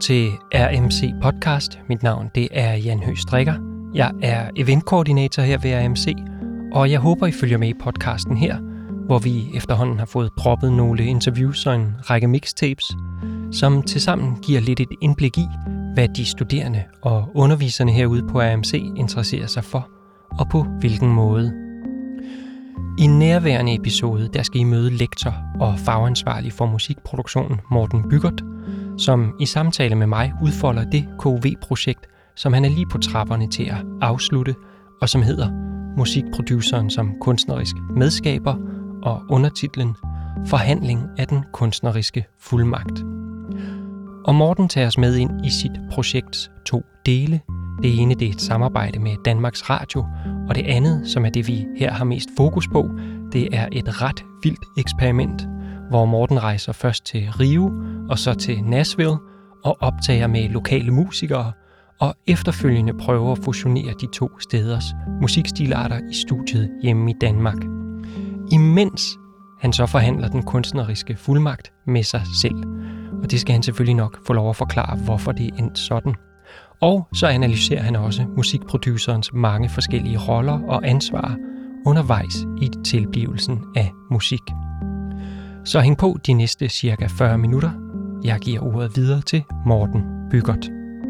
til RMC Podcast. Mit navn det er Jan Høgh Strikker. Jeg er eventkoordinator her ved RMC, og jeg håber, I følger med i podcasten her, hvor vi efterhånden har fået proppet nogle interviews og en række mixtapes, som tilsammen giver lidt et indblik i, hvad de studerende og underviserne herude på RMC interesserer sig for, og på hvilken måde. I nærværende episode, der skal I møde lektor og fagansvarlig for musikproduktionen Morten Byggert, som i samtale med mig udfolder det KUV-projekt, som han er lige på trapperne til at afslutte, og som hedder Musikproduceren som kunstnerisk medskaber og undertitlen Forhandling af den kunstneriske fuldmagt. Og Morten tager os med ind i sit projekts 2 dele. Det ene det er et samarbejde med Danmarks Radio, og det andet, som er det vi her har mest fokus på, det er et ret vildt eksperiment, hvor Morten rejser først til Rio og så til Nashville og optager med lokale musikere, og efterfølgende prøver at fusionere de 2 steders musikstilarter i studiet hjemme i Danmark. Imens han så forhandler den kunstneriske fuldmagt med sig selv. Og det skal han selvfølgelig nok få lov at forklare, hvorfor det er endt sådan. Og så analyserer han også musikproducerens mange forskellige roller og ansvar undervejs i tilblivelsen af musik. Så hæng på de næste cirka 40 minutter. Jeg giver ordet videre til Morten Byggert.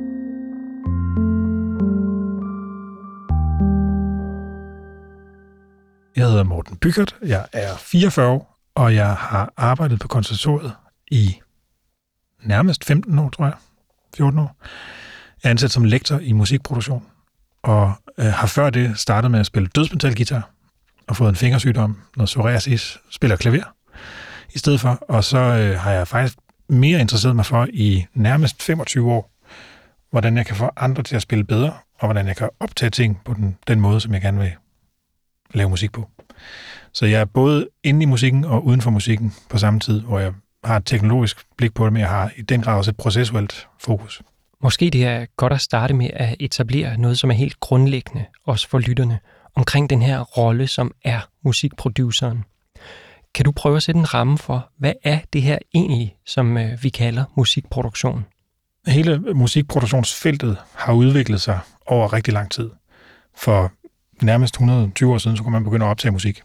Jeg hedder Morten Byggert, jeg er 44 år, og jeg har arbejdet på konservatoriet i nærmest 15 år, tror jeg. 14 år. Jeg er ansat som lektor i musikproduktion, og har før det startet med at spille dødsmetalguitar, og fået en fingersygdom, noget psoriasis, spiller klaver i stedet for. Og så har jeg faktisk mere interesseret mig for i nærmest 25 år, hvordan jeg kan få andre til at spille bedre, og hvordan jeg kan optage ting på den måde, som jeg gerne vil lave musik på. Så jeg er både inde i musikken og uden for musikken på samme tid, hvor jeg har et teknologisk blik på det, men jeg har i den grad også et processuelt fokus. Måske det er godt at starte med at etablere noget, som er helt grundlæggende, også for lytterne, omkring den her rolle, som er musikproduceren. Kan du prøve at sætte en ramme for, hvad er det her egentlig, som vi kalder musikproduktion? Hele musikproduktionsfeltet har udviklet sig over rigtig lang tid. For nærmest 120 år siden, så kunne man begynde at optage musik.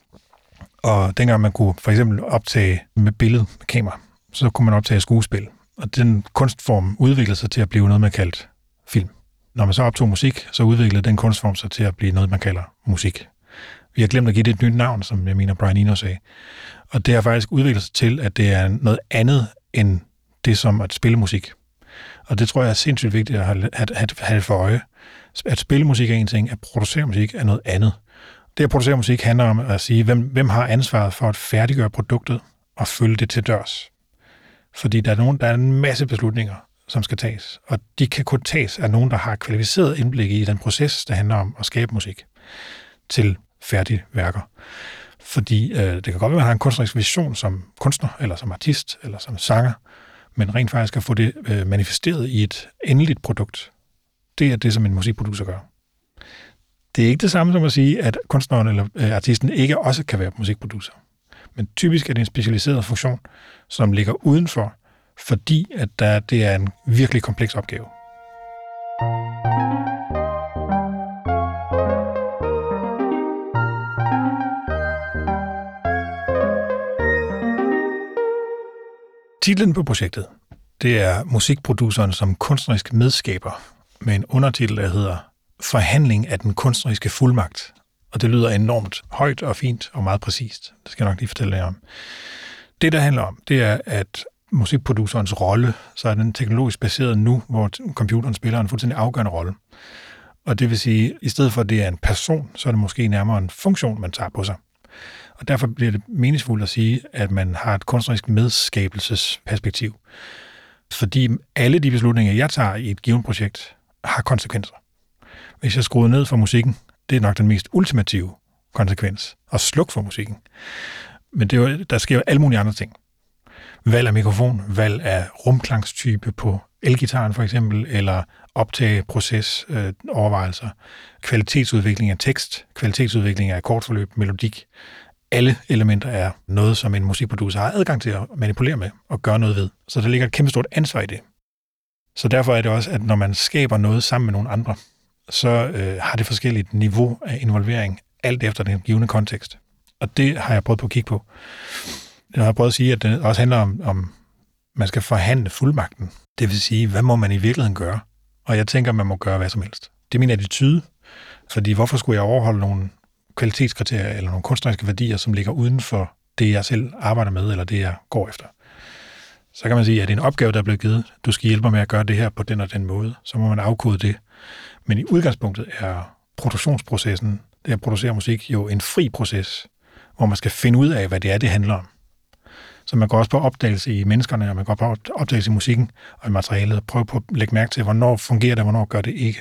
Og dengang man kunne for eksempel optage med billede med kamera, så kunne man optage skuespil. Og den kunstform udviklede sig til at blive noget, man kaldte film. Når man så optog musik, så udviklede den kunstform sig til at blive noget, man kalder musik. Vi har glemt at give det et nyt navn, som jeg mener Brian Eno sagde. Og det har faktisk udviklet sig til, at det er noget andet end det som at spille musik. Og det tror jeg er sindssygt vigtigt at have for øje. At spille musik er en ting, at producere musik er noget andet. Det at producere musik handler om at sige, hvem har ansvaret for at færdiggøre produktet og følge det til dørs. Fordi der er en masse beslutninger, som skal tages, og de kan kun tages af nogen, der har kvalificeret indblik i den proces, der handler om at skabe musik til færdige værker. Fordi det kan godt være, at man har en kunstnerisk vision som kunstner, eller som artist, eller som sanger, men rent faktisk at få det manifesteret i et endeligt produkt. Det er det, som en musikproducer gør. Det er ikke det samme som at sige, at kunstneren eller artisten ikke også kan være musikproducer. Men typisk er det en specialiseret funktion, som ligger udenfor, fordi at det er en virkelig kompleks opgave. Titlen på projektet, det er Musikproduceren som kunstnerisk medskaber, med en undertitel, der hedder Forhandling af den kunstneriske fuldmagt. Og det lyder enormt højt og fint og meget præcist. Det skal jeg nok lige fortælle jer om. Det, der handler om, det er, at musikproducerens rolle, så er den teknologisk baseret nu, hvor computeren spiller en fuldstændig afgørende rolle. Og det vil sige, i stedet for at det er en person, så er det måske nærmere en funktion, man tager på sig. Og derfor bliver det meningsfuldt at sige, at man har et kunstnerisk medskabelsesperspektiv. Fordi alle de beslutninger, jeg tager i et givet projekt, har konsekvenser. Hvis jeg skruer ned for musikken, det er nok den mest ultimative konsekvens, at slukke for musikken. Men der sker jo alle mulige andre ting. Valg af mikrofon, valg af rumklangstype på elgitaren for eksempel, eller optageproces, overvejelser, kvalitetsudvikling af tekst, kvalitetsudvikling af akkordforløb, melodik. Alle elementer er noget, som en musikproducer har adgang til at manipulere med og gøre noget ved. Så der ligger et kæmpe stort ansvar i det. Så derfor er det også, at når man skaber noget sammen med nogle andre, så har det forskelligt niveau af involvering, alt efter den givende kontekst. Og det har jeg prøvet på at kigge på. Jeg har prøvet at sige, at det også handler om man skal forhandle fuldmagten. Det vil sige, hvad må man i virkeligheden gøre? Og jeg tænker, man må gøre hvad som helst. Det er min attitude, fordi hvorfor skulle jeg overholde nogle kvalitetskriterier eller nogle kunstneriske værdier, som ligger uden for det, jeg selv arbejder med, eller det, jeg går efter? Så kan man sige, at det er en opgave, der er blevet givet. Du skal hjælpe mig med at gøre det her på den og den måde. Så må man afkode det. Men i udgangspunktet er produktionsprocessen, det at producere musik, jo en fri proces, hvor man skal finde ud af, hvad det er, det handler om. Så man går også på opdagelse i menneskerne, og man går på opdagelse i musikken og i materialet, og prøver på at lægge mærke til, hvornår fungerer det, hvornår gør det ikke.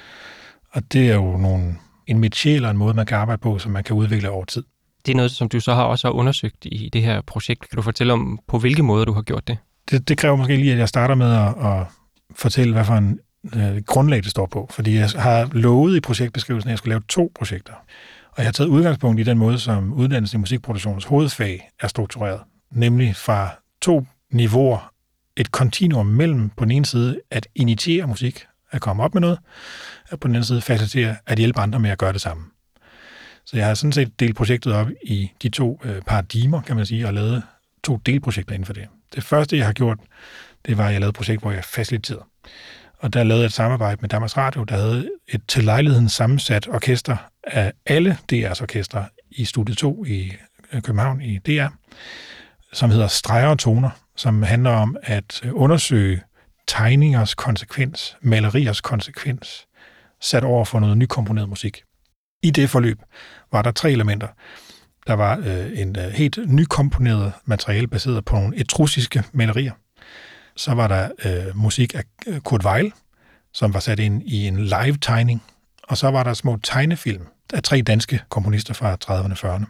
Og det er jo en metier eller en måde, man kan arbejde på, som man kan udvikle over tid. Det er noget, som du så også har undersøgt i det her projekt. Kan du fortælle om, på hvilke måder du har gjort det? Det kræver måske lige, at jeg starter med at fortælle, hvad for en grundlag det står på. Fordi jeg har lovet i projektbeskrivelsen, at jeg skulle lave 2 projekter. Og jeg har taget udgangspunkt i den måde, som uddannelsen i musikproduktionens hovedfag er struktureret. Nemlig fra 2 niveauer. Et kontinuum mellem på den ene side at initiere musik, at komme op med noget, og på den anden side facilitere at hjælpe andre med at gøre det samme. Så jeg har sådan set delt projektet op i de 2 paradigmer, kan man sige, og lavet 2 delprojekter inden for det. Det første, jeg har gjort, det var, at jeg lavede et projekt, hvor jeg faciliterede. Og der lavede jeg et samarbejde med Danmarks Radio, der havde et til lejligheden sammensat orkester af alle DR's orkestre i Studie 2 i København i DR, som hedder Streger og Toner, som handler om at undersøge tegningers konsekvens, maleriers konsekvens, sat over for noget nykomponeret musik. I det forløb var der 3 elementer. Der var en helt nykomponeret materiale baseret på nogle etruskiske malerier. Så var der musik af Kurt Weill, som var sat ind i en live-tegning. Og så var der små tegnefilm af 3 danske komponister fra 30'erne og 40'erne.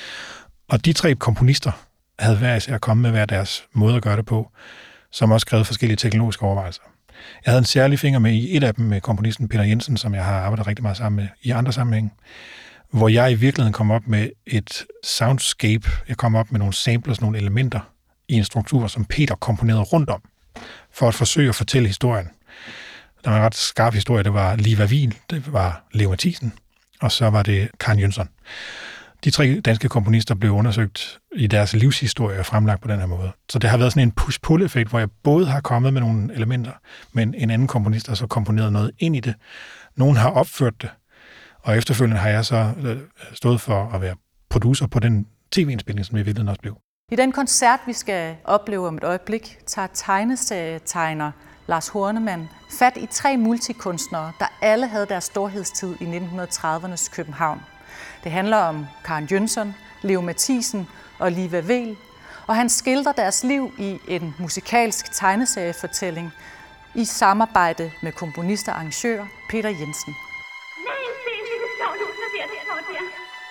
Og de 3 komponister havde hver især kommet med hver deres måde at gøre det på, som også skrev forskellige teknologiske overvejelser. Jeg havde en særlig finger med i et af dem med komponisten Peter Jensen, som jeg har arbejdet rigtig meget sammen med i andre sammenhænge, hvor jeg i virkeligheden kom op med et soundscape. Jeg kom op med nogle samplers, nogle elementer i en struktur, som Peter komponerede rundt om, for at forsøge at fortælle historien. Der var en ret skarp historie. Det var Liva Wien, det var Leo Mathisen, og så var det Karen Jønsson. De 3 danske komponister blev undersøgt i deres livshistorie og fremlagt på den her måde. Så det har været sådan en push-pull-effekt, hvor jeg både har kommet med nogle elementer, men en anden komponist har så komponeret noget ind i det. Nogen har opført det, og efterfølgende har jeg så stået for at være producer på den tv-indspilning, som jeg virkelig også blev. I den koncert, vi skal opleve om et øjeblik, tager tegneserietegner Lars Hornemann fat i 3 multikunstnere, der alle havde deres storhedstid i 1930'ernes København. Det handler om Karen Jønsson, Leo Mathisen og Liva Weel, og han skildrer deres liv i en musikalsk tegneseriefortælling i samarbejde med komponist og arrangør Peter Jensen. Nej, det står du, så der, det står der.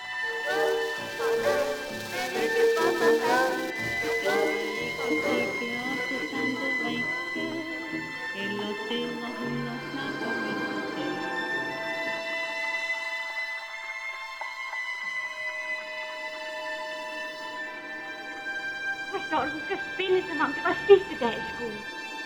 Forstår du, du skal spille, som om det var sidste dag i skole.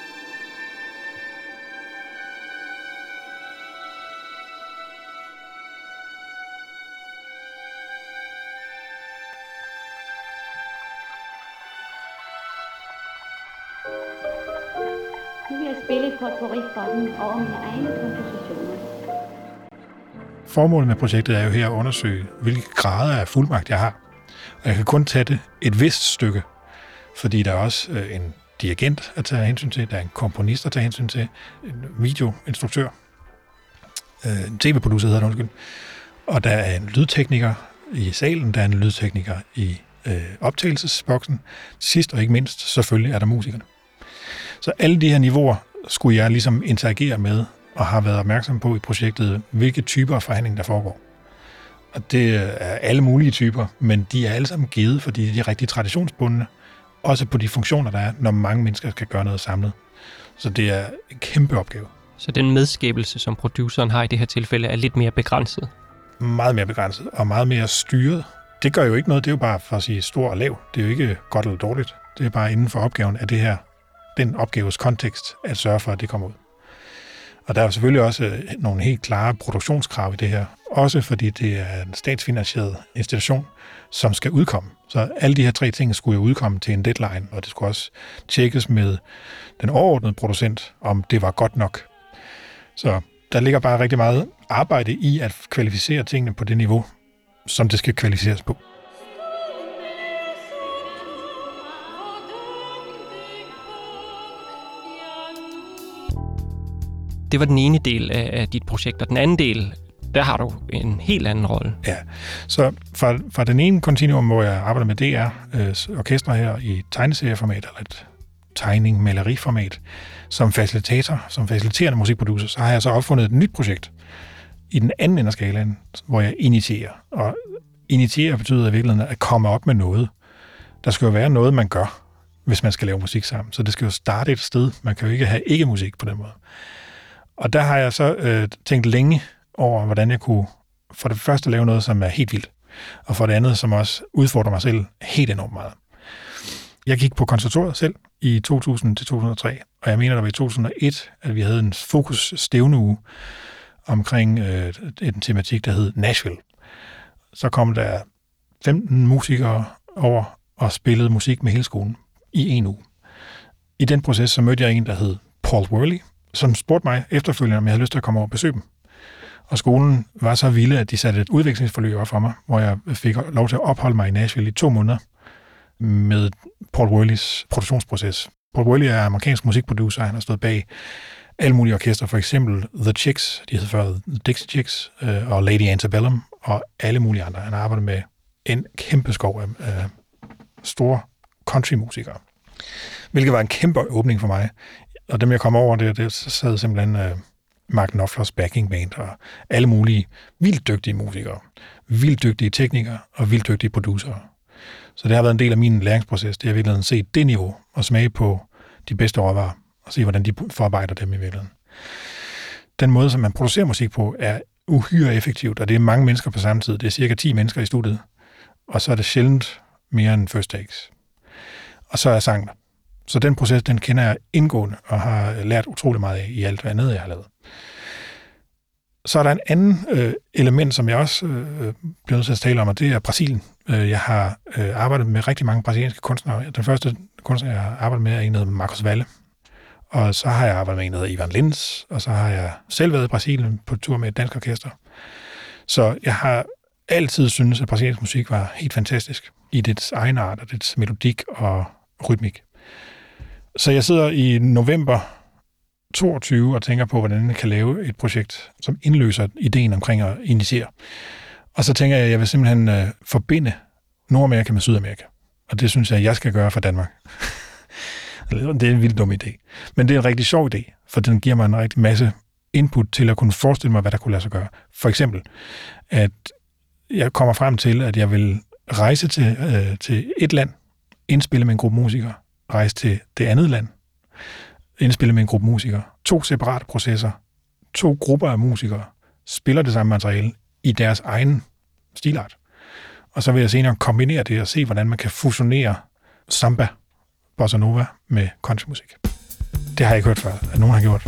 Nu vil jeg spille et potpourri for den over mine egne kompositioner. Formålet med projektet er jo her at undersøge, hvilke grader af fuldmagt jeg har. Og jeg kan kun tage det et vist stykke, fordi der er også en dirigent at tage hensyn til, der er en komponist at tage hensyn til, en videoinstruktør, en tv-producer hedder det, undskyld, og der er en lydtekniker i salen, der er en lydtekniker i optagelsesboksen. Sidst og ikke mindst, selvfølgelig er der musikerne. Så alle de her niveauer skulle jeg ligesom interagere med, og har været opmærksom på i projektet, hvilke typer af forhandling der foregår. Og det er alle mulige typer, men de er alle sammen givet, fordi de er rigtig traditionsbundne, også på de funktioner, der er, når mange mennesker skal gøre noget samlet. Så det er en kæmpe opgave. Så den medskabelse, som produceren har i det her tilfælde, er lidt mere begrænset? Meget mere begrænset og meget mere styret. Det gør jo ikke noget, det er jo bare for at sige stor og lav. Det er jo ikke godt eller dårligt. Det er bare inden for opgaven af det her den opgaves kontekst at sørge for, at det kommer ud. Og der er jo selvfølgelig også nogle helt klare produktionskrav i det her, også fordi det er en statsfinansieret institution, som skal udkomme. Så alle de her 3 ting skulle jo udkomme til en deadline, og det skulle også tjekkes med den overordnede producent, om det var godt nok. Så der ligger bare rigtig meget arbejde i at kvalificere tingene på det niveau, som det skal kvalificeres på. Det var den ene del af dit projekt, og den anden del, der har du en helt anden rolle. Ja, så fra den ene kontinuum, hvor jeg arbejder med DR orkestre her i tegneserieformat, eller et tegning-maleriformat, som facilitator, som faciliterende musikproducer, så har jeg så opfundet et nyt projekt i den anden ende af skalaen, hvor jeg initierer. Og initiere betyder i virkeligheden at komme op med noget. Der skal jo være noget, man gør, hvis man skal lave musik sammen. Så det skal jo starte et sted. Man kan jo ikke have ikke-musik på den måde. Og der har jeg så tænkt længe over, hvordan jeg kunne for det første lave noget, som er helt vildt, og for det andet, som også udfordrer mig selv helt enormt meget. Jeg gik på konservatoriet selv i 2000-2003, og jeg mener, der var i 2001, at vi havde en fokus-stævneuge omkring en tematik, der hed Nashville. Så kom der 15 musikere over og spillede musik med hele skolen i en uge. I den proces, så mødte jeg en, der hed Paul Worley, som spurgte mig efterfølgende, om jeg havde lyst til at komme over og besøge dem. Og skolen var så vilde, at de satte et udvekslingsforløb op for mig, hvor jeg fik lov til at opholde mig i Nashville i 2 måneder med Paul Worleys produktionsproces. Paul Worley er amerikansk musikproducer. Han har stået bag alle mulige orkester, for eksempel The Chicks, de hed før The Dixie Chicks, og Lady Antebellum, og alle mulige andre. Han har arbejdet med en kæmpe skov af store countrymusikere, hvilket var en kæmpe åbning for mig. Og dem, jeg kom over, det sad simpelthen Mark Knopflers backing band og alle mulige vildt dygtige musikere, vildt dygtige teknikere og vildt dygtige producerer. Så det har været en del af min læringsproces. Det har virkelig set det niveau og smage på de bedste råvarer og se, hvordan de forarbejder dem i virkeligheden. Den måde, som man producerer musik på, er uhyre effektivt, og det er mange mennesker på samme tid. Det er cirka 10 mennesker i studiet, og så er det sjældent mere end first takes. Og så er sangen. Så den proces, den kender jeg indgående og har lært utrolig meget af i alt, hvad andet jeg har lavet. Så er der en anden element, som jeg også bliver nødt til at tale om, og det er Brasilien. Jeg har arbejdet med rigtig mange brasilianske kunstnere. Den første kunstner, jeg har arbejdet med, er en, der hedder Marcos Valle. Og så har jeg arbejdet med en, der hedder Ivan Lins, og så har jeg selv været i Brasilien på tur med et dansk orkester. Så jeg har altid syntes, at brasiliansk musik var helt fantastisk i dets egen art og dets melodik og rytmik. Så jeg sidder i november 22 og tænker på, hvordan jeg kan lave et projekt, som indløser ideen omkring at initiere. Og så tænker jeg, at jeg vil simpelthen forbinde Nordamerika med Sydamerika. Og det synes jeg skal gøre for Danmark. Det er en vildt dum idé. Men det er en rigtig sjov idé, for den giver mig en rigtig masse input til at kunne forestille mig, hvad der kunne lade sig gøre. For eksempel, at jeg kommer frem til, at jeg vil rejse til et land, indspille med en gruppe musikere, rejse til det andet land, indspille med en gruppe musikere. 2 separate processer, 2 grupper af musikere, spiller det samme materiale i deres egen stilart. Og så vil jeg senere kombinere det og se, hvordan man kan fusionere samba, bossa nova med countrymusik. Det har jeg ikke hørt før, at nogen har gjort.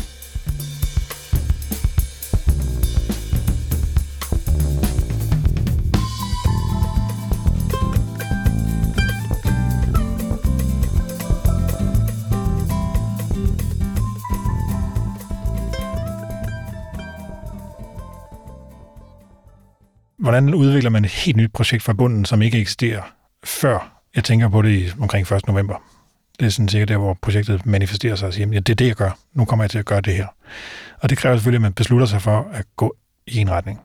Hvordan udvikler man et helt nyt projekt fra bunden, som ikke eksisterer, før jeg tænker på det omkring 1. november? Det er sådan cirka der, hvor projektet manifesterer sig og siger, ja, det er det, jeg gør. Nu kommer jeg til at gøre det her. Og det kræver selvfølgelig, at man beslutter sig for at gå i en retning.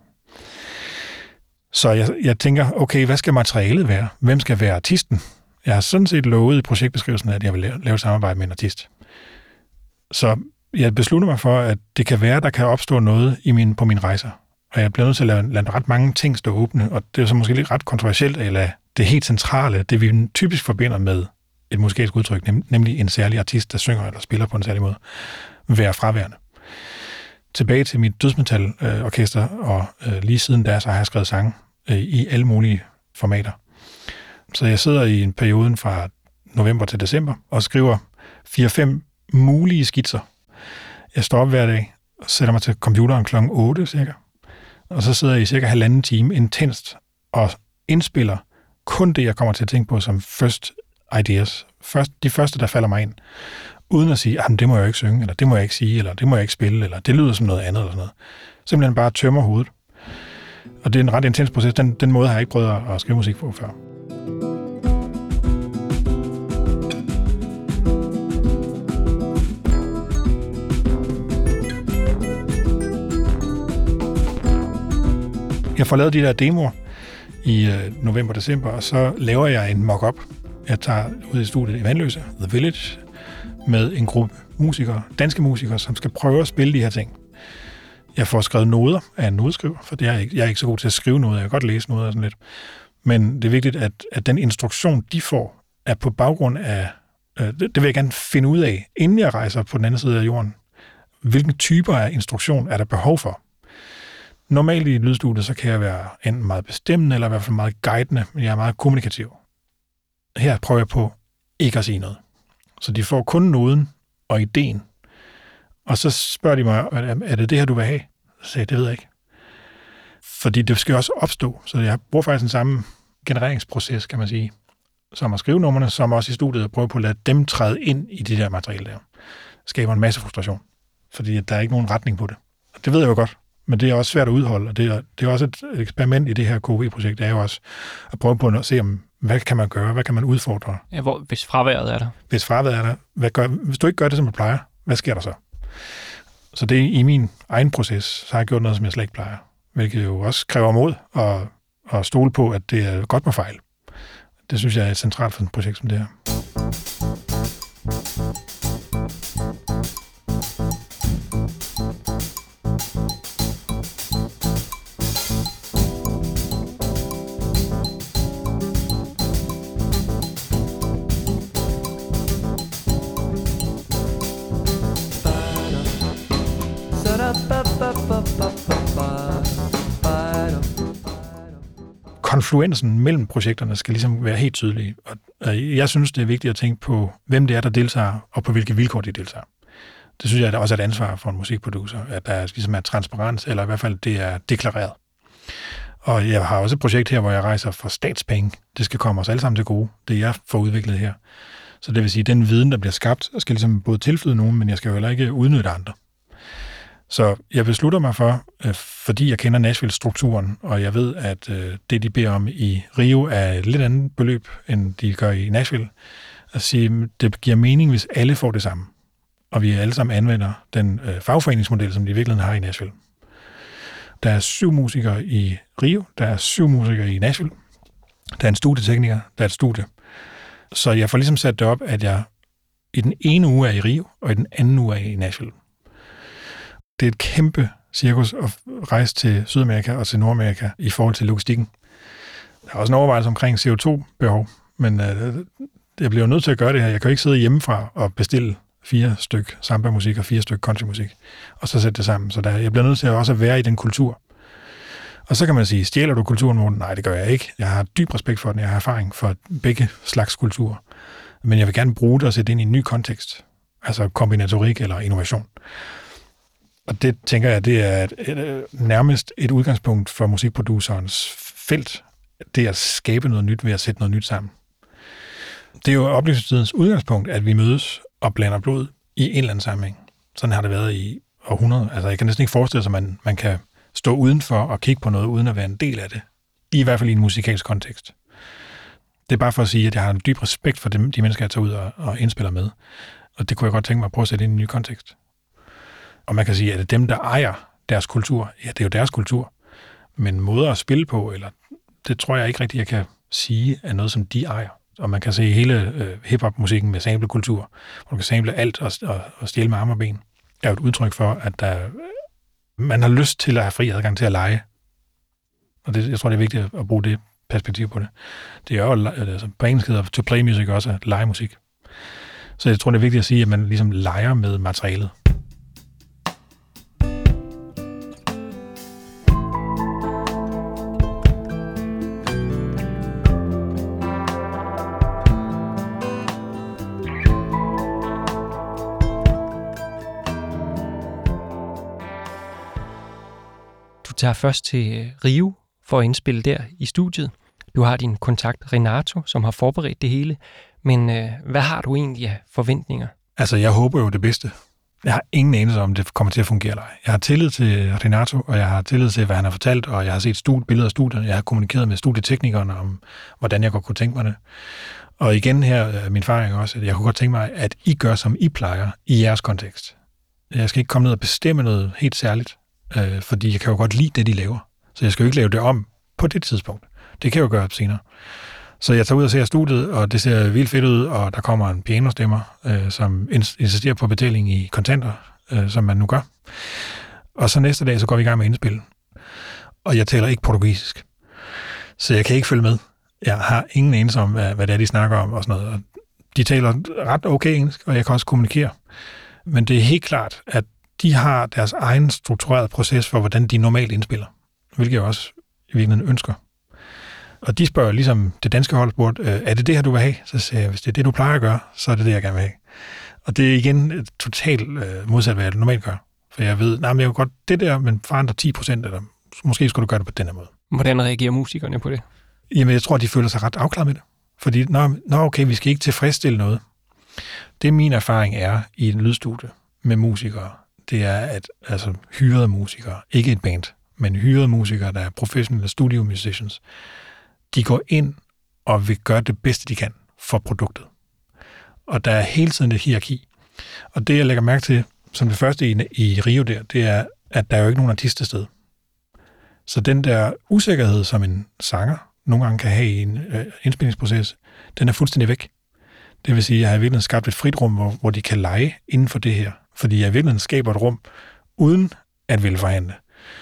Så jeg tænker, okay, hvad skal materialet være? Hvem skal være artisten? Jeg har sådan set lovet i projektbeskrivelsen, at jeg vil lave et samarbejde med en artist. Så jeg beslutter mig for, at det kan være, der kan opstå noget på mine rejser. Og jeg bliver nødt til at lade ret mange ting stå åbne, og det er så måske lidt ret kontroversielt at lade det helt centrale, det vi typisk forbinder med et musikalsk udtryk, nemlig en særlig artist, der synger eller spiller på en særlig måde, være fraværende. Tilbage til mit dødsmetal-orkester, og lige siden da, så har jeg skrevet sange i alle mulige formater. Så jeg sidder i en periode fra november til december og skriver 4-5 mulige skitser. Jeg står op hver dag og sætter mig til computeren kl. 8 cirka, og så sidder jeg i cirka 1,5 time intenst og indspiller kun det, jeg kommer til at tænke på som first ideas. De første, der falder mig ind, uden at sige, det må jeg jo ikke synge, eller det må jeg ikke sige, eller det må jeg ikke spille, eller det lyder som noget andet, eller sådan noget. Simpelthen bare tømmer hovedet. Og det er en ret intens proces. Den måde har jeg ikke prøvet at skrive musik på før. Jeg får lavet de der demoer i november-december, og så laver jeg en mock-up. Jeg tager ud i studiet i Vanløse, The Village, med en gruppe musikere, danske musikere, som skal prøve at spille de her ting. Jeg får skrevet noder af en nodeskriver, for jeg er ikke så god til at skrive noder. Jeg kan godt læse noder og sådan lidt. Men det er vigtigt, at den instruktion, de får, er på baggrund af... Det vil jeg gerne finde ud af, inden jeg rejser på den anden side af jorden. Hvilke typer af instruktion er der behov for? Normalt i lydstudiet, så kan jeg være enten meget bestemmende, eller i hvert fald meget guidende, men jeg er meget kommunikativ. Her prøver jeg på ikke at sige noget. Så de får kun noden og ideen. Og så spørger de mig, er det her, du vil have? Så siger jeg, det ved jeg ikke. Fordi det skal også opstå. Så jeg bruger faktisk den samme genereringsproces, kan man sige, som at skrive numrene, som også i studiet at prøve på at lade dem træde ind i det der materiale der. Det skaber en masse frustration, fordi der er ikke nogen retning på det. Og det ved jeg jo godt, men det er også svært at udholde, og det er også et eksperiment i det her KV-projekt, det er jo også at prøve på at se, hvad kan man gøre, hvad kan man udfordre. Ja, hvis fraværet er der. Hvis fraværet er der, hvis du ikke gør det, som du plejer, hvad sker der så? Så det er i min egen proces, så har jeg gjort noget, som jeg slet ikke plejer. Hvilket jo også kræver mod at stole på, at det er godt med fejl. Det synes jeg er centralt for et projekt som det her. Konfluensen mellem projekterne skal ligesom være helt tydelig. Og jeg synes, det er vigtigt at tænke på, hvem det er, der deltager, og på hvilke vilkår de deltager. Det synes jeg er også et ansvar for en musikproducer, at der ligesom er transparens, eller i hvert fald det er deklareret. Og jeg har også et projekt her, hvor jeg rejser for statspenge. Det skal komme os alle sammen til gode, det jeg får udviklet her. Så det vil sige, at den viden, der bliver skabt, skal ligesom både tilflyde nogen, men jeg skal jo heller ikke udnytte andre. Så jeg beslutter mig for, fordi jeg kender Nashville-strukturen, og jeg ved, at det, de beder om i Rio, er et lidt andet beløb, end de gør i Nashville, at sige, det giver mening, hvis alle får det samme. Og vi alle sammen anvender den fagforeningsmodel, som de i virkeligheden har i Nashville. Der er 7 musikere i Rio, der er 7 musikere i Nashville, der er en studietekniker, der er et studie. Så jeg får ligesom sat det op, at jeg i den ene uge er i Rio, og i den anden uge er i Nashville. Det er et kæmpe cirkus at rejse til Sydamerika og til Nordamerika i forhold til logistikken. Der er også en overvejelse omkring CO2-behov, men jeg bliver nødt til at gøre det her. Jeg kan jo ikke sidde hjemmefra og bestille 4 styk samba-musik og 4 styk country-musik, og så sætte det sammen. Så jeg bliver nødt til også at være i den kultur. Og så kan man sige, stjæler du kulturen, Morten? Nej, det gør jeg ikke. Jeg har dyb respekt for den. Jeg har erfaring for begge slags kulturer. Men jeg vil gerne bruge det og sætte ind i en ny kontekst. Altså kombinatorik eller innovation. Og det tænker jeg, det er nærmest et udgangspunkt for musikproducerens felt. Det er at skabe noget nyt ved at sætte noget nyt sammen. Det er jo oplevelsestidens udgangspunkt, at vi mødes og blander blod i en eller anden sammenhæng. Sådan har det været i århundreder. Altså jeg kan næsten ikke forestille sig, at man kan stå udenfor og kigge på noget, uden at være en del af det. I hvert fald i en musikalsk kontekst. Det er bare for at sige, at jeg har en dyb respekt for de mennesker, jeg tager ud og indspiller med. Og det kunne jeg godt tænke mig at prøve at sætte ind i en ny kontekst. Og man kan sige, at det er dem, der ejer deres kultur. Ja, det er jo deres kultur. Men måder at spille på, eller det tror jeg ikke rigtigt, jeg kan sige, er noget, som de ejer. Og man kan se hele hip-hop-musikken med samplekultur, hvor man kan sample alt og stjæle med arme og ben, er jo et udtryk for, at man har lyst til at have fri adgang til at lege. Og jeg tror, det er vigtigt at bruge det perspektiv på det. Det er jo, altså, på engelsk hedder to play music også legemusik. Så jeg tror, det er vigtigt at sige, at man ligesom leger med materialet. tager først til Rio for at indspille der i studiet. Du har din kontakt Renato, som har forberedt det hele. Men hvad har du egentlig af forventninger? Altså, jeg håber jo det bedste. Jeg har ingen anelse om, det kommer til at fungere eller ej. Jeg har tillid til Renato, og jeg har tillid til, hvad han har fortalt, og jeg har set billeder af studiet. Jeg har kommunikeret med studieteknikerne om, hvordan jeg godt kunne tænke mig det. Og igen her er min erfaring også, at jeg kunne godt tænke mig, at I gør, som I plejer i jeres kontekst. Jeg skal ikke komme ned og bestemme noget helt særligt, fordi jeg kan jo godt lide det, de laver. Så jeg skal jo ikke lave det om på det tidspunkt. Det kan jeg jo gøre senere. Så jeg tager ud og ser studiet, og det ser vildt fedt ud, og der kommer en pianostemmer, som insisterer på betaling i kontanter, som man nu gør. Og så næste dag, så går vi i gang med indspil. Og jeg taler ikke portugisisk. Så jeg kan ikke følge med. Jeg har ingen anelse om, hvad det er, de snakker om og sådan noget. Og de taler ret okay engelsk, og jeg kan også kommunikere. Men det er helt klart, at de har deres egen strukturerede proces for, hvordan de normalt indspiller. Hvilket jeg også i virkeligheden ønsker. Og de spørger, ligesom det danske hold spurgte, er det det her, du vil have? Så siger jeg, hvis det er det, du plejer at gøre, så er det det, jeg gerne vil have. Og det er igen totalt modsat, hvad jeg normalt gør. For jeg ved, men jeg vil godt det der, men forandre 10%, eller måske skulle du gøre det på den her måde. Hvordan reagerer musikerne på det? Jamen, jeg tror, de føler sig ret afklaret med det. Fordi, okay, vi skal ikke tilfredsstille noget. Det min erfaring er i en lydstudie med musikere, det er, at altså hyrede musikere, ikke et band, men hyrede musikere, der er professionelle studio musicians, de går ind og vil gøre det bedste, de kan for produktet. Og der er hele tiden et hierarki. Og det, jeg lægger mærke til, som det første i Rio der, det er, at der er jo ikke nogen artist til stede. Så den der usikkerhed, som en sanger nogle gange kan have i en indspilningsproces, den er fuldstændig væk. Det vil sige, at jeg har i virkeligheden skabt et frit rum, hvor de kan lege inden for det her. Fordi jeg i virkeligheden skaber et rum, uden at ville forhandle.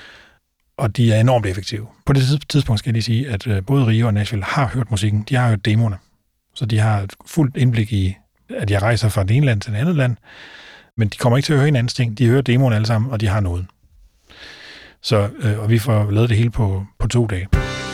Og de er enormt effektive. På det tidspunkt skal jeg lige sige, at både Rio og Nashville har hørt musikken. De har hørt demoerne. Så de har et fuldt indblik i, at jeg rejser fra det ene land til det andet land. Men de kommer ikke til at høre hinandens ting. De hører demoerne alle sammen, og de har noget. Så, og vi får lavet det hele på 2 dage.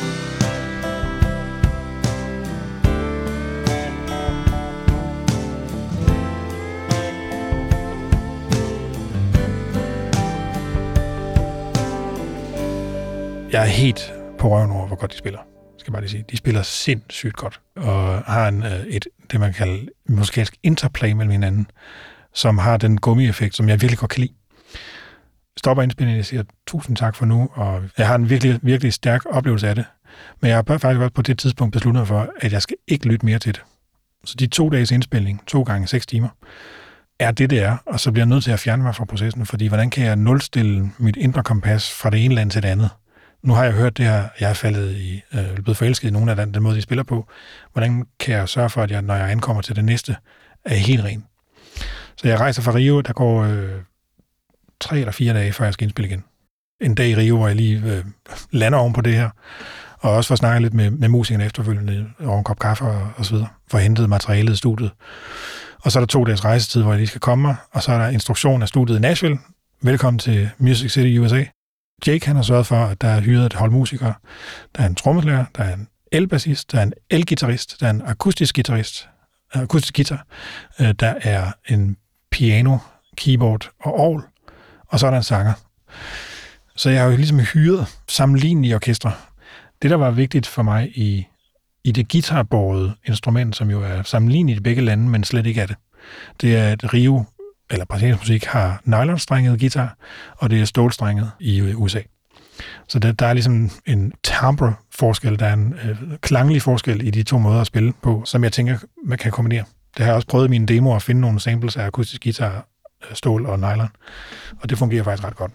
Jeg er helt på røven over, hvor godt de spiller. Skal bare lige sige. De spiller sindssygt godt, og har det man kalder musikalsk interplay mellem hinanden, som har den gummieffekt, som jeg virkelig godt kan lide. Stopper indspillingen og siger, 1000 tak for nu, og jeg har en virkelig, virkelig stærk oplevelse af det. Men jeg har faktisk også på det tidspunkt besluttet for, at jeg skal ikke lytte mere til det. Så de 2 dages indspilning, 2 gange 6 timer, er det er, og så bliver jeg nødt til at fjerne mig fra processen, fordi hvordan kan jeg nulstille mit indre kompas fra det ene land til det andet? Nu har jeg hørt det her, jeg er blevet forelsket i nogle af den måde, de spiller på. Hvordan kan jeg sørge for, at jeg, når jeg ankommer til det næste, er helt ren? Så jeg rejser fra Rio, der går 3 eller 4 dage, før jeg skal indspille igen. En dag i Rio, hvor jeg lige lander oven på det her, og også får snakket lidt med musikerne efterfølgende over en kop kaffe og så videre, for at hente materialet i studiet. Og så er der 2 dages rejsetid, hvor jeg lige skal komme mig, og så er der instruktion af studiet i Nashville. Velkommen til Music City, USA. Jake, han har sørget for, at der er hyret et hold musikere. Der er en trommeslager, der er en elbassist, der er en elgitarrist, der er en akustisk guitar, der er en piano, keyboard og orgel, og så er der en sanger. Så jeg har jo ligesom hyret sammenlignelige orkestre. Det, der var vigtigt for mig i det guitarbårede instrument, som jo er sammenligneligt i begge lande, men slet ikke er det, det er, at Rio eller brasiliansk musik har nylonstrenget guitar, og det er stålstrenget i USA. Så der er ligesom en timbre-forskel, der er en klanglig forskel i de 2 måder at spille på, som jeg tænker, man kan kombinere. Det har jeg også prøvet i mine demoer at finde nogle samples af akustisk guitar, stål og nylon, og det fungerer faktisk ret godt.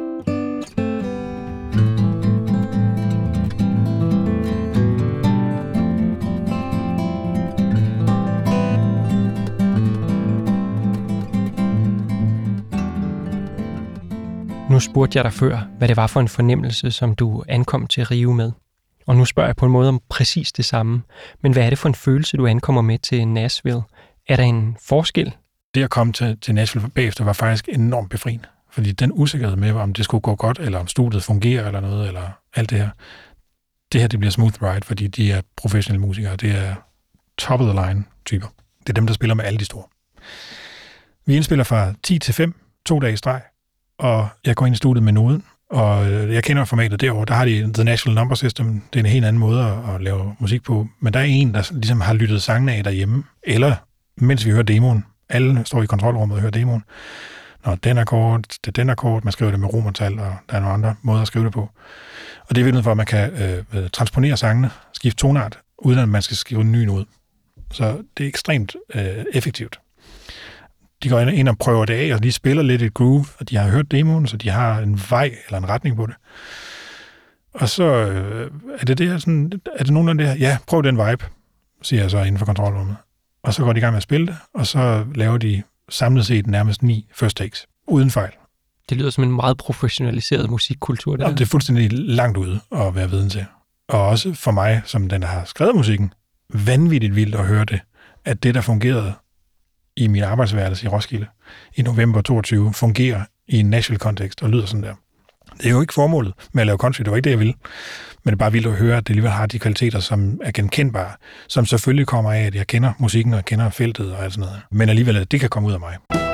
Nu spurgte jeg dig før, hvad det var for en fornemmelse, som du ankom til Rio med. Og nu spørger jeg på en måde om præcis det samme. Men hvad er det for en følelse, du ankommer med til Nashville? Er der en forskel? Det at komme til Nashville bagefter var faktisk enormt befriende. Fordi den usikkerhed med, om det skulle gå godt, eller om studiet fungerer, eller noget, eller alt det her det bliver smooth ride, fordi de er professionelle musikere. Det er top of the line typer. Det er dem, der spiller med alle de store. Vi indspiller fra 10 til 5, 2 dage i streg, og jeg går ind i studiet med noden, Og jeg kender formatet derovre, der har de The National Number System. Det er en helt anden måde at lave musik på. Men der er en, der ligesom har lyttet sangene af derhjemme, eller mens vi hører demoen. Alle står i kontrolrummet og hører demoen. Når den akkord, det er den akkord, man skriver det med romertal, og der er nogle andre måder at skrive det på. Og det er virkelig for, at man kan transponere sangene, skifte tonart, uden at man skal skrive en ny ud. Så det er ekstremt effektivt. De går ind og prøver det af, og de spiller lidt et groove, og de har hørt demoen, så de har en vej eller en retning på det. Og så er det nogenlunde det her? Ja, prøv den vibe, siger jeg så inden for kontrolrummet. Og så går de i gang med at spille det, og så laver de samlet set nærmest 9 first takes, uden fejl. Det lyder som en meget professionaliseret musikkultur. Ja, det er fuldstændig langt ude at være viden til. Og også for mig, som den, der har skrevet musikken, vanvittigt vildt at høre det, at det, der fungerede i min arbejdsværelse i Roskilde i november 22, fungerer i en Nashville-kontekst og lyder sådan der. Det er jo ikke formålet med at lave country, det var ikke det, jeg ville. Men det er bare vildt at høre, at det alligevel har de kvaliteter, som er genkendbare, som selvfølgelig kommer af, at jeg kender musikken og kender feltet og alt sådan noget. Men alligevel, at det kan komme ud af mig.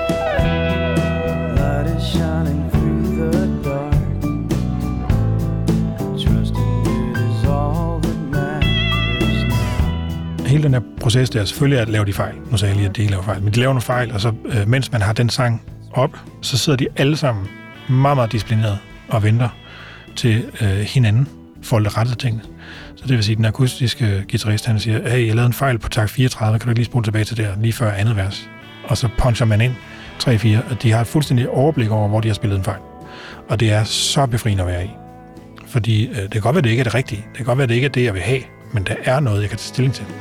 Hele den her proces der, selvfølgelig at lave de fejl. Nu sagde jeg lige, at de laver fejl. Men de laver nogle fejl, og så mens man har den sang op, så sidder de alle sammen meget, meget disciplineret og venter til hinanden for at rette tingene. Så det vil sige, at den akustiske guitarist, han siger, hey, jeg lavede en fejl på takt 34, kan du ikke lige spole tilbage til der, lige før andet vers? Og så puncher man ind 3-4, og de har et fuldstændig overblik over, hvor de har spillet en fejl. Og det er så befriende at være i. Fordi det kan godt være, det ikke er det rigtige. Det kan godt være, det ikke er det, jeg vil have, men der er noget, jeg kan tage stilling til.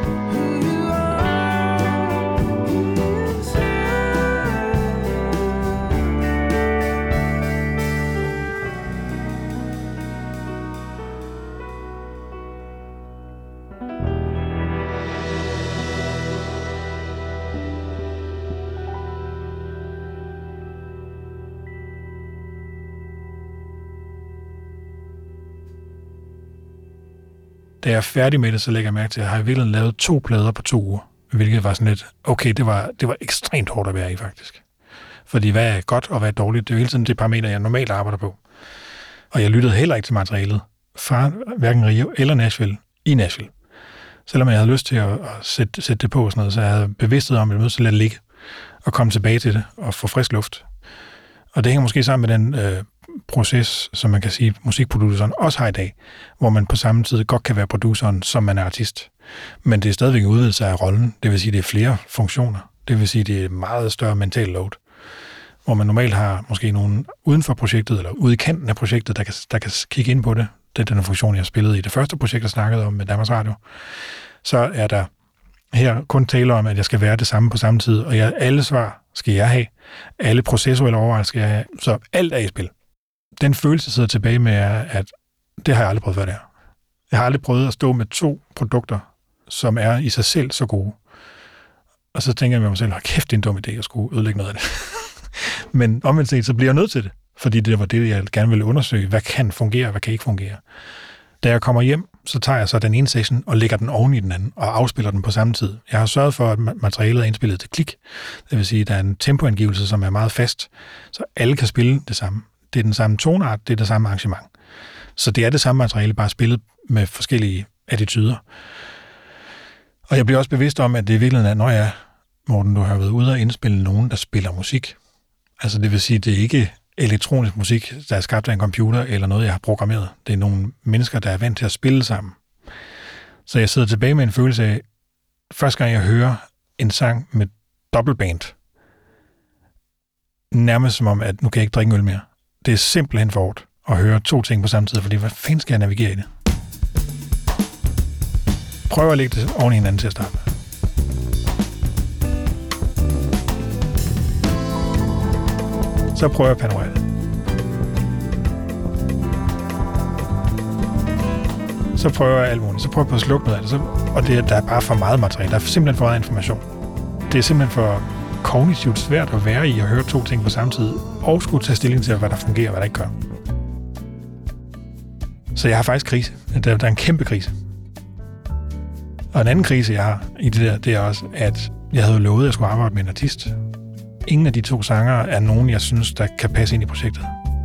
Da jeg er færdig med det, så lægger jeg mærke til, at jeg har i virkeligheden lavet 2 plader på 2 uger. Hvilket var sådan lidt, okay, det var ekstremt hårdt at være i, faktisk. Fordi hvad er godt og hvad er dårligt, det er jo hele tiden det parameter, jeg normalt arbejder på. Og jeg lyttede heller ikke til materialet fra hverken Rio eller Nashville i Nashville. Selvom jeg havde lyst til at sætte det på og sådan noget, så jeg havde bevidsthed om, at jeg måtte lade det ligge og komme tilbage til det og få frisk luft. Og det hænger måske sammen med den proces, som man kan sige, musikproduceren også har i dag, hvor man på samme tid godt kan være produceren, som man er artist. Men det er stadigvæk en udvidelse af rollen. Det vil sige, det er flere funktioner. Det vil sige, det er meget større mental load. Hvor man normalt har måske nogen uden for projektet, eller ude i kanten af projektet, der kan kigge ind på det. Det er den funktion, jeg spillede i det første projekt, jeg snakkede om med Danmarks Radio. Så er der her kun tale om, at jeg skal være det samme på samme tid, og alle svar skal jeg have. Alle processuelle overvejelser skal jeg have. Så alt er i spil. Den følelse, jeg sidder tilbage med, er, at det har jeg aldrig prøvet før der. Jeg har aldrig prøvet at stå med 2 produkter, som er i sig selv så gode. Og så tænker jeg med mig selv, kæft, det er en dum idé at skulle ødelægge noget af det. Men omvendt set, så bliver jeg nødt til det. Fordi det var det, jeg gerne ville undersøge. Hvad kan fungere, hvad kan ikke fungere? Da jeg kommer hjem, så tager jeg så den ene session og lægger den oven i den anden og afspiller den på samme tid. Jeg har sørget for, at materialet er indspillet til klik. Det vil sige, at der er en tempoangivelse, som er meget fast, så alle kan spille det samme. Det er den samme tonart, det er det samme arrangement. Så det er det samme materiale, bare spillet med forskellige attityder. Og jeg bliver også bevidst om, at det i virkeligheden er, når jeg, Morten, du har været ude og indspille nogen, der spiller musik. Altså det vil sige, det er ikke elektronisk musik, der er skabt af en computer eller noget, jeg har programmeret. Det er nogle mennesker, der er vant til at spille sammen. Så jeg sidder tilbage med en følelse af, første gang jeg hører en sang med dobbeltband, nærmest som om, at nu kan jeg ikke drikke øl mere. Det er simpelthen for hårdt at høre 2 ting på samme tid, fordi hvad fanden skal jeg navigere i det? Prøv at lægge det oven i hinanden til at starte med. Så prøver jeg at panorere det. Så prøver jeg alt muligt. Så prøver jeg på at slukke noget af det. Og der er bare for meget materiale. Der er simpelthen for meget information. Det er simpelthen for kognitivt svært at være i at høre 2 ting på samme tid, og skulle tage stilling til, hvad der fungerer og hvad der ikke gør. Så jeg har faktisk krise. Der er en kæmpe krise. Og en anden krise, jeg har i det der, det er også, at jeg havde lovet, at jeg skulle arbejde med en artist. Ingen af de 2 sangere er nogen, jeg synes, der kan passe ind i projektet.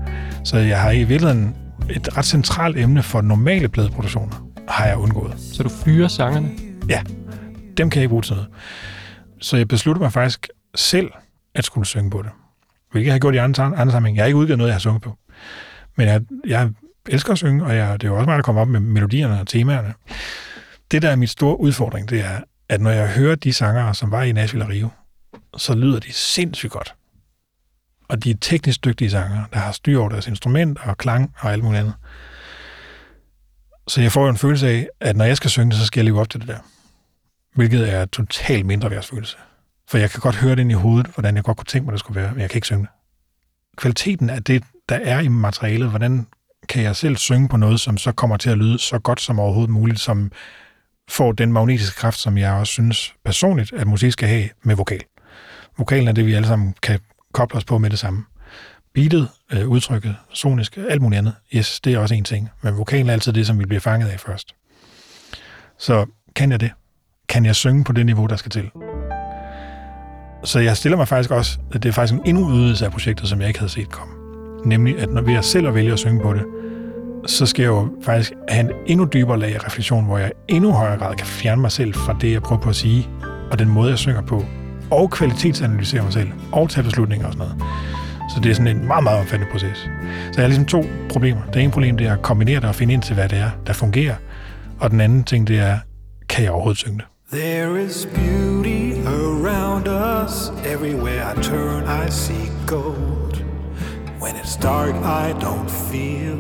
Så jeg har i virkeligheden et ret centralt emne for normale pladeproduktioner, har jeg undgået. Så du fyrer sangerne? Ja, dem kan jeg ikke bruge til noget. Så jeg besluttede mig faktisk selv at skulle synge på det. Hvilket jeg har gjort i andre sammenhæng. Jeg har ikke udgivet noget, jeg har sunget på. Men jeg elsker at synge, og det er jo også mig, der kommer op med melodierne og temaerne. Det, der er mit store udfordring, det er, at når jeg hører de sangere, som var i Nashville og Rio, så lyder de sindssygt godt. Og de er teknisk dygtige sangere, der har styr over deres instrument og klang og alt muligt andet. Så jeg får jo en følelse af, at når jeg skal synge det, så skal jeg leve op til det der. Hvilket er totalt mindreværdsfølelse. For jeg kan godt høre det ind i hovedet, hvordan jeg godt kunne tænke mig, det skulle være, men jeg kan ikke synge det. Kvaliteten af det, der er i materialet, hvordan kan jeg selv synge på noget, som så kommer til at lyde så godt som overhovedet muligt, som får den magnetiske kraft, som jeg også synes personligt, at musik skal have med vokal. Vokalen er det, vi alle sammen kan koble os på med det samme. Beatet, udtrykket, sonisk, alt muligt andet. Yes, det er også en ting. Men vokalen er altid det, som vi bliver fanget af først. Så kan jeg det? Kan jeg synge på det niveau, der skal til? Så jeg stiller mig faktisk også, at det er faktisk en endnu udvidelse af projektet, som jeg ikke havde set komme. Nemlig, at når vi er selv vælger at synge på det, så skal jeg jo faktisk have en endnu dybere lag af refleksion, hvor jeg i endnu højere grad kan fjerne mig selv fra det, jeg prøver på at sige, og den måde, jeg synger på, og kvalitetsanalysere mig selv, og tage beslutninger og sådan noget. Så det er sådan en meget, meget omfattende proces. Så jeg har ligesom to problemer. Det ene problem, det er at kombinere det og finde ind til, hvad det er, der fungerer. Og den anden ting, det er, kan jeg overhovedet synge det? There is beauty around us. Everywhere I turn, I see gold. When it's dark, I don't feel.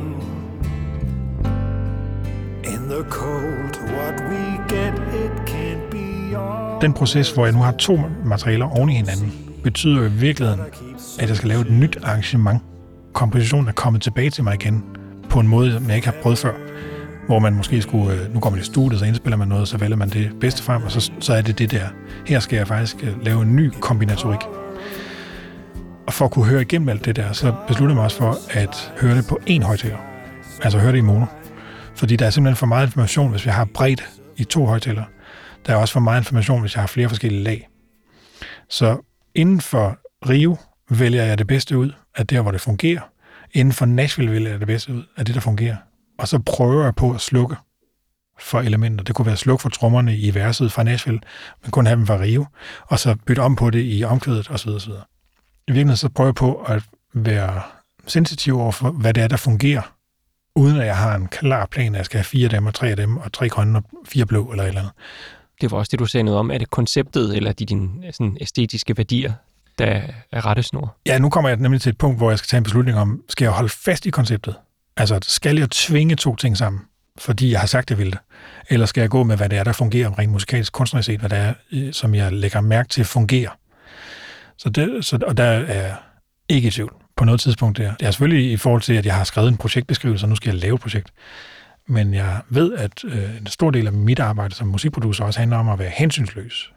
In the cold, what we get, it can't be all. Den proces, hvor jeg nu har to materialer oven i hinanden, betyder jo i virkeligheden, at jeg skal lave et nyt arrangement. Kompositionen er kommet tilbage til mig igen, på en måde, som jeg ikke har prøvet før. Hvor man måske skulle, nu går man i studiet, så indspiller man noget, så vælger man det bedste frem, og så er det der. Her skal jeg faktisk lave en ny kombinatorik. Og for at kunne høre igennem alt det der, så besluttede jeg mig også for at høre det på én højtaler. Altså høre det i mono. Fordi der er simpelthen for meget information, hvis jeg har bredt i 2 højtalere. Der er også for meget information, hvis jeg har flere forskellige lag. Så inden for Rio vælger jeg det bedste ud af der, hvor det fungerer. Inden for Nashville vælger jeg det bedste ud af det, der fungerer. Og så prøver jeg på at slukke for elementer. Det kunne være sluk for trommerne i verset fra Nashville, men kun have dem fra Rio, og så bytte om på det i omkvædet osv. osv. I virkeligheden så prøver jeg på at være sensitiv over for, hvad det er, der fungerer, uden at jeg har en klar plan, at jeg skal have 4 af dem og 3 af dem, og 3 grønne og 4 blå eller et eller andet. Det var også det, du sagde noget om. Er det konceptet eller dine sådan, æstetiske værdier, der er rettesnor? Ja, nu kommer jeg nemlig til et punkt, hvor jeg skal tage en beslutning om, skal jeg holde fast i konceptet? Altså, skal jeg tvinge 2 ting sammen, fordi jeg har sagt, jeg vil det? Eller skal jeg gå med, hvad det er, der fungerer rent musikalsk, kunstnerisk set, hvad det er, som jeg lægger mærke til fungerer? Og der er jeg ikke i tvivl på noget tidspunkt der. Det er selvfølgelig i forhold til, at jeg har skrevet en projektbeskrivelse, og nu skal jeg lave et projekt. Men jeg ved, at en stor del af mit arbejde som musikproducer også handler om at være hensynsløs.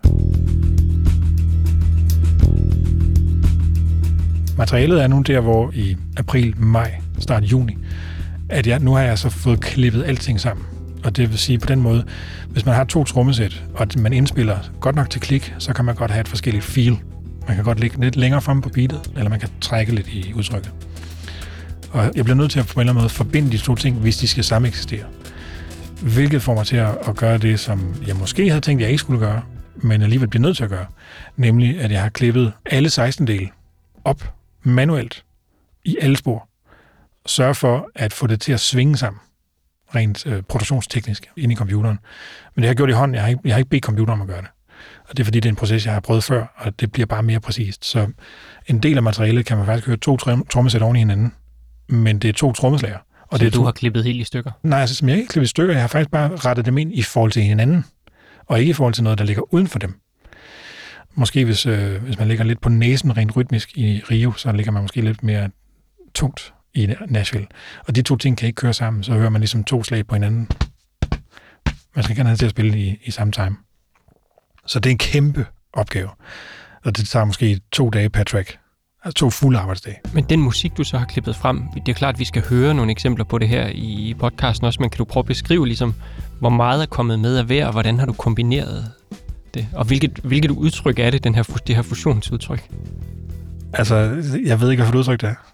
Materialet er nu der, hvor i april, maj, start juni, at nu har jeg så fået klippet alting sammen. Og det vil sige på den måde, hvis man har 2 trommesæt, og man indspiller godt nok til klik, så kan man godt have et forskelligt feel. Man kan godt ligge lidt længere fremme på beatet, eller man kan trække lidt i udtrykket. Og jeg bliver nødt til at på en eller anden måde forbinde de 2 ting, hvis de skal sameksistere. Hvilket får mig til at gøre det, som jeg måske havde tænkt, jeg ikke skulle gøre, men alligevel bliver nødt til at gøre. Nemlig, at jeg har klippet alle 16 dele op manuelt i alle spor. Sørge for at få det til at svinge sammen, rent produktionsteknisk, ind i computeren. Men det har jeg gjort i hånden. Jeg har ikke bedt computeren om at gøre det. Og det er fordi, det er en proces, jeg har prøvet før, og det bliver bare mere præcist. Så en del af materialet kan man faktisk høre 2 trommesæt oven i hinanden, men det er 2 trommeslager. Og det du har klippet helt i stykker? Nej, altså, som jeg ikke har klippet i stykker. Jeg har faktisk bare rettet dem ind i forhold til hinanden, og ikke i forhold til noget, der ligger uden for dem. Måske hvis man ligger lidt på næsen rent rytmisk i Rio, så ligger man måske lidt mere tungt i Nashville. Og de 2 ting kan ikke køre sammen, så hører man ligesom 2 slag på hinanden. Man skal gerne have til at spille i samme time. Så det er en kæmpe opgave. Og det tager måske 2 dage per track. Altså 2 fulde arbejdsdage. Men den musik, du så har klippet frem, det er klart, at vi skal høre nogle eksempler på det her i podcasten også, men kan du prøve at beskrive, ligesom, hvor meget er kommet med af hver, og hvordan har du kombineret det? Og hvilket udtryk er det, det her fusionsudtryk? Altså, jeg ved ikke, hvad for et udtryk det er.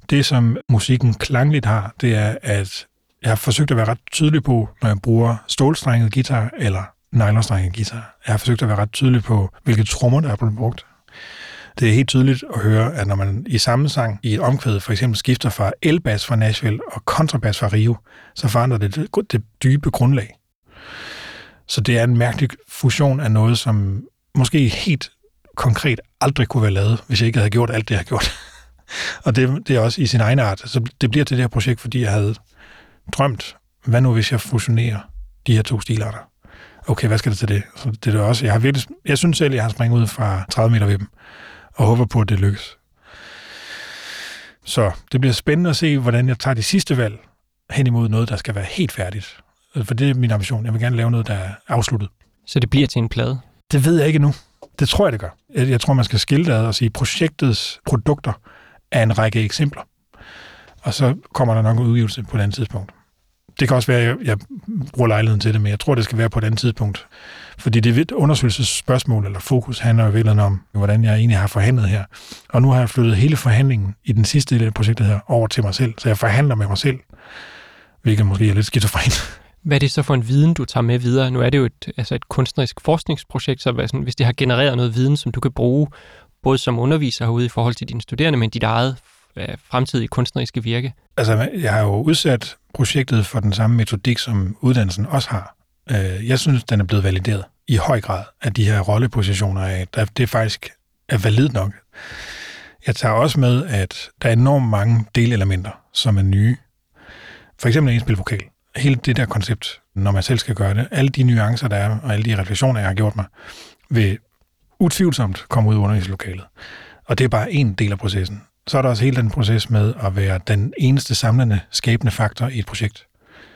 Det, som musikken klangligt har, det er, at jeg har forsøgt at være ret tydelig på, når jeg bruger stålstrenget guitar eller nylonstrenget guitar. Jeg har forsøgt at være ret tydelig på, hvilke trommer, der er blevet brugt. Det er helt tydeligt at høre, at når man i samme sang i et omkvæd for eksempel skifter fra elbas fra Nashville og kontrabas fra Rio, så forandrer det dybe grundlag. Så det er en mærkelig fusion af noget, som måske helt konkret aldrig kunne være lavet, hvis jeg ikke havde gjort alt det, jeg har gjort. Og det er også i sin egen art. Så det bliver til det her projekt, fordi jeg havde drømt, hvad nu hvis jeg fusionerer de her to stilarter? Okay, hvad skal det til det? Så det er også, jeg synes selv, jeg har springet ud fra 30 meter ved dem, og håber på, at det lykkes. Så det bliver spændende at se, hvordan jeg tager de sidste valg hen imod noget, der skal være helt færdigt. For det er min ambition. Jeg vil gerne lave noget, der er afsluttet. Så det bliver til en plade? Det ved jeg ikke endnu. Det tror jeg, det gør. Jeg tror, man skal skille det ad og sige, at projektets produkter er en række eksempler. Og så kommer der nok en udgivelse på et andet tidspunkt. Det kan også være, at jeg bruger lejligheden til det, men jeg tror, det skal være på et andet tidspunkt. Fordi det undersøgelsesspørgsmål eller fokus handler jo virkelig om, hvordan jeg egentlig har forhandlet her. Og nu har jeg flyttet hele forhandlingen i den sidste del af projektet her over til mig selv. Så jeg forhandler med mig selv, hvilket måske er lidt skizofrent. Hvad er det så for en viden, du tager med videre? Nu er det jo et kunstnerisk forskningsprojekt, så hvis det har genereret noget viden, som du kan bruge, både som underviser herude i forhold til dine studerende, men dit eget fremtidige kunstneriske virke. Altså, jeg har jo udsat projektet for den samme metodik, som uddannelsen også har. Jeg synes, den er blevet valideret i høj grad af de her rollepositioner af, at det faktisk er validt nok. Jeg tager også med, at der er enormt mange delelementer, som er nye. For eksempel at indspille vokal. Hele det der koncept, når man selv skal gøre det, alle de nuancer, der er, og alle de refleksioner, jeg har gjort mig, vil utvivlsomt komme ud i undervisningslokalet. Og det er bare en del af processen. Så er der også hele den proces med at være den eneste samlende, skabende faktor i et projekt.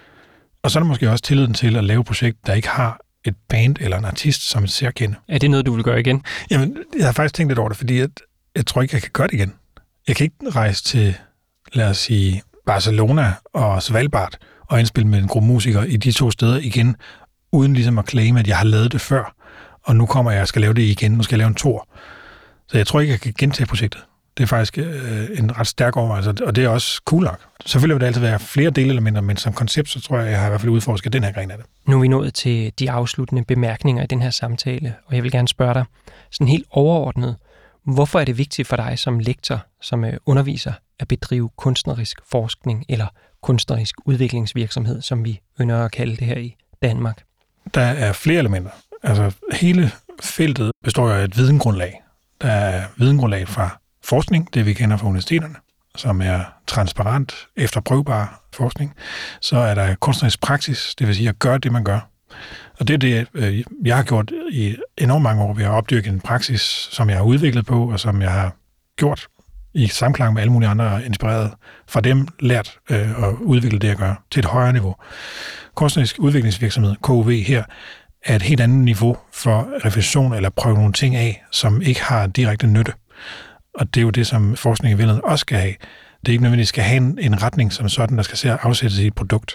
Og så er der måske også tilliden til at lave et projekt, der ikke har et band eller en artist som et særkende. Er det noget, du vil gøre igen? Jamen, jeg har faktisk tænkt lidt over det, fordi jeg tror ikke, jeg kan gøre det igen. Jeg kan ikke rejse til, lad os sige, Barcelona og Svalbard og indspille med en gruppe musikere i de to steder igen, uden ligesom at claime, at jeg har lavet det før, og nu kommer jeg og skal lave det igen. Nu skal jeg lave en tour. Så jeg tror ikke, jeg kan gentage projektet. Det er faktisk en ret stærk overvejelse, og det er også cool nok. Selvfølgelig vil der altid være flere delelementer, men som koncept, så tror jeg har i hvert fald udforsket den her gren af det. Nu er vi nået til de afsluttende bemærkninger i den her samtale, og jeg vil gerne spørge dig, sådan helt overordnet, hvorfor er det vigtigt for dig som lektor, som underviser, at bedrive kunstnerisk forskning eller kunstnerisk udviklingsvirksomhed, som vi ynder at kalde det her i Danmark? Der er flere elementer. Altså hele feltet består af et videngrundlag. Der er videngrundlag fra forskning, det vi kender fra universiteterne, som er transparent, efterprøvbar forskning. Så er der kunstnerisk praksis, det vil sige at gøre det, man gør. Og det er det, jeg har gjort i enormt mange år ved at opdyrke en praksis, som jeg har udviklet på, og som jeg har gjort i samklang med alle mulige andre inspireret fra dem, lært at udvikle det, jeg gør, til et højere niveau. Kunstnerisk udviklingsvirksomhed, KUV her, er et helt andet niveau for refleksion eller prøve nogle ting af, som ikke har direkte nytte. Og det er jo det, som forskning i virkeligheden også skal have. Det er ikke nødvendigvis skal have en retning som sådan, der skal afsættes i et produkt.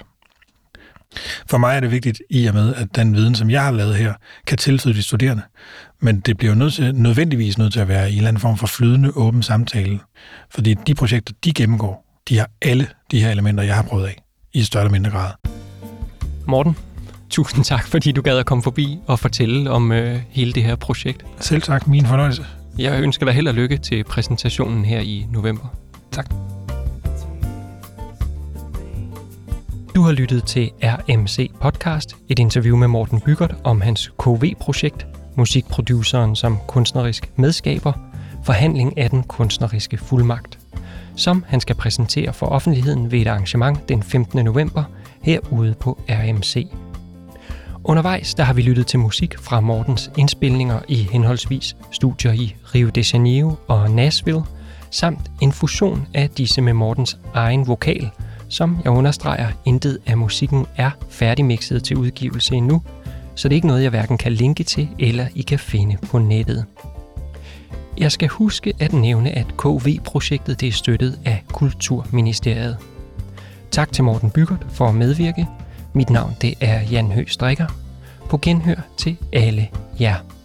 For mig er det vigtigt i og med, at den viden, som jeg har lavet her, kan tilføje de studerende. Men det bliver jo nødvendigvis nødt til at være i en eller anden form for flydende, åben samtale. Fordi de projekter, de gennemgår, de har alle de her elementer, jeg har prøvet af, i større eller mindre grad. Morten, tusind tak, fordi du gad at komme forbi og fortælle om hele det her projekt. Selv tak, min fornøjelse. Jeg ønsker dig held og lykke til præsentationen her i november. Tak. Du har lyttet til RMC Podcast, et interview med Morten Byggert om hans KV-projekt, musikproduceren som kunstnerisk medskaber, forhandling af den kunstneriske fuldmagt, som han skal præsentere for offentligheden ved et arrangement den 15. november herude på RMC. Undervejs der har vi lyttet til musik fra Mortens indspilninger i henholdsvis studier i Rio de Janeiro og Nashville, samt en fusion af disse med Mortens egen vokal, som jeg understreger, intet af musikken er færdigmixet til udgivelse endnu, så det er ikke noget, jeg hverken kan linke til eller I kan finde på nettet. Jeg skal huske at nævne, at KV-projektet det er støttet af Kulturministeriet. Tak til Morten Byggert for at medvirke. Mit navn det er Jan Høgh Strikker. På genhør til alle jer.